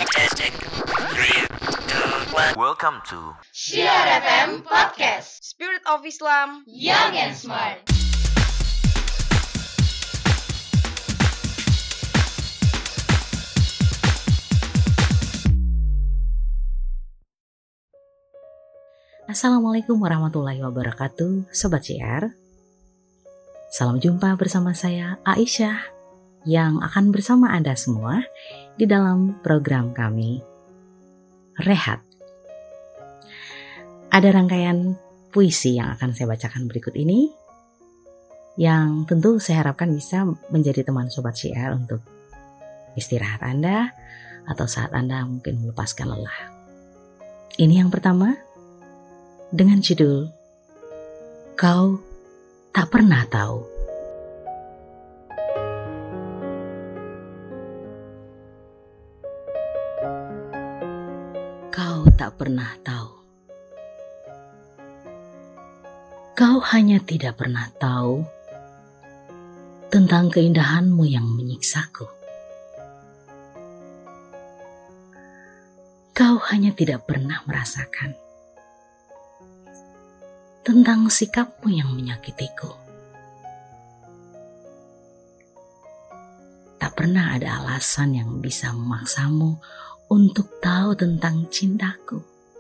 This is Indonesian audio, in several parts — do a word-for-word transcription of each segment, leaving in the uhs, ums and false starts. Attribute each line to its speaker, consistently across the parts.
Speaker 1: Welcome to
Speaker 2: Syiar F M Podcast,
Speaker 3: Spirit of Islam,
Speaker 2: Young and Smart.
Speaker 4: Assalamualaikum warahmatullahi wabarakatuh, Sobat Syiar. Salam jumpa bersama saya Aisyah yang akan bersama Anda semua di dalam program kami Rehat. Ada rangkaian puisi yang akan saya bacakan berikut ini yang tentu saya harapkan bisa menjadi teman Sobat Syiar untuk istirahat Anda atau saat Anda mungkin melepaskan lelah. Ini yang pertama dengan judul Kau Tak Pernah Tahu. Kau tak pernah tahu. Kau hanya tidak pernah tahu tentang keindahanmu yang menyiksaku. Kau hanya tidak pernah merasakan tentang sikapmu yang menyakitiku. Tak pernah ada alasan yang bisa memaksamu untuk tahu tentang cintaku.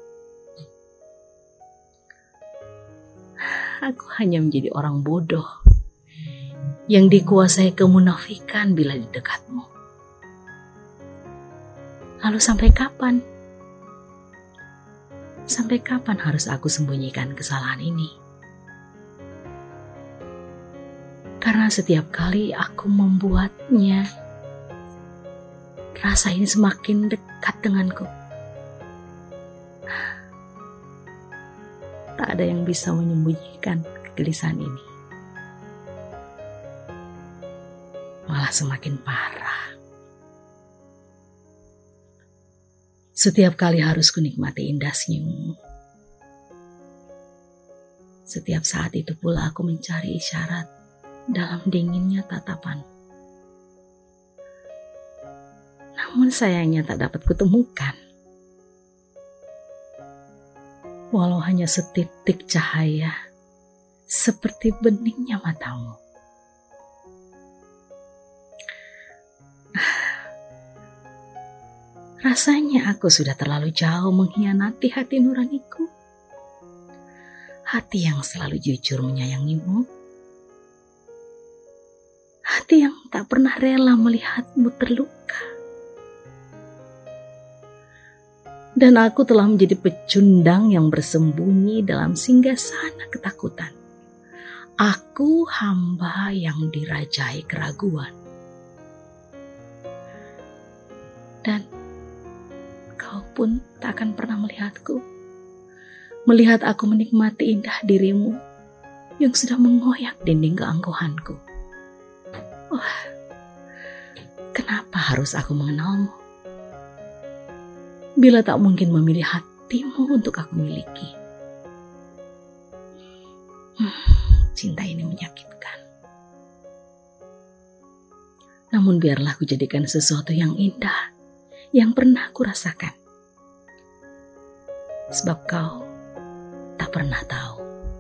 Speaker 4: Aku hanya menjadi orang bodoh yang dikuasai kemunafikan bila di dekatmu. Lalu sampai kapan? Sampai kapan harus aku sembunyikan kesalahan ini? Karena setiap kali aku membuatnya, rasa ini semakin dekat denganku. Tak ada yang bisa menyembunyikan kegelisahan ini. Malah semakin parah. Setiap kali harus kunikmati indah senyummu. Setiap saat itu pula aku mencari isyarat dalam dinginnya tatapan. Namun sayangnya tak dapat kutemukan. Walau hanya setitik cahaya, seperti beningnya matamu. Rasanya aku sudah terlalu jauh mengkhianati hati nuraniku. Hati yang selalu jujur menyayangimu. Hati yang tak pernah rela melihatmu terluka. Dan aku telah menjadi pecundang yang bersembunyi dalam singgasana ketakutan. Aku hamba yang dirajai keraguan. Dan kau pun tak akan pernah melihatku. Melihat aku menikmati indah dirimu yang sudah mengoyak dinding keangkuhanku. Oh, kenapa harus aku mengenalmu? Bila tak mungkin memilih hatimu untuk aku miliki. Hmm, cinta ini menyakitkan. Namun biarlah ku jadikan sesuatu yang indah yang pernah ku rasakan. Sebab kau tak pernah tahu.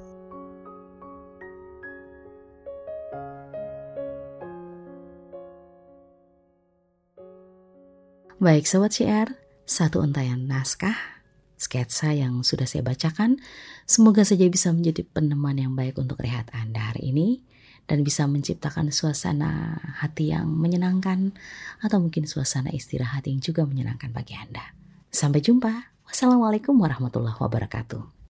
Speaker 4: Baik Sobat Syiar, satu untayan naskah, sketsa yang sudah saya bacakan, semoga saja bisa menjadi peneman yang baik untuk rehat Anda hari ini dan bisa menciptakan suasana hati yang menyenangkan atau mungkin suasana istirahat yang juga menyenangkan bagi Anda. Sampai jumpa. Wassalamualaikum warahmatullahi wabarakatuh.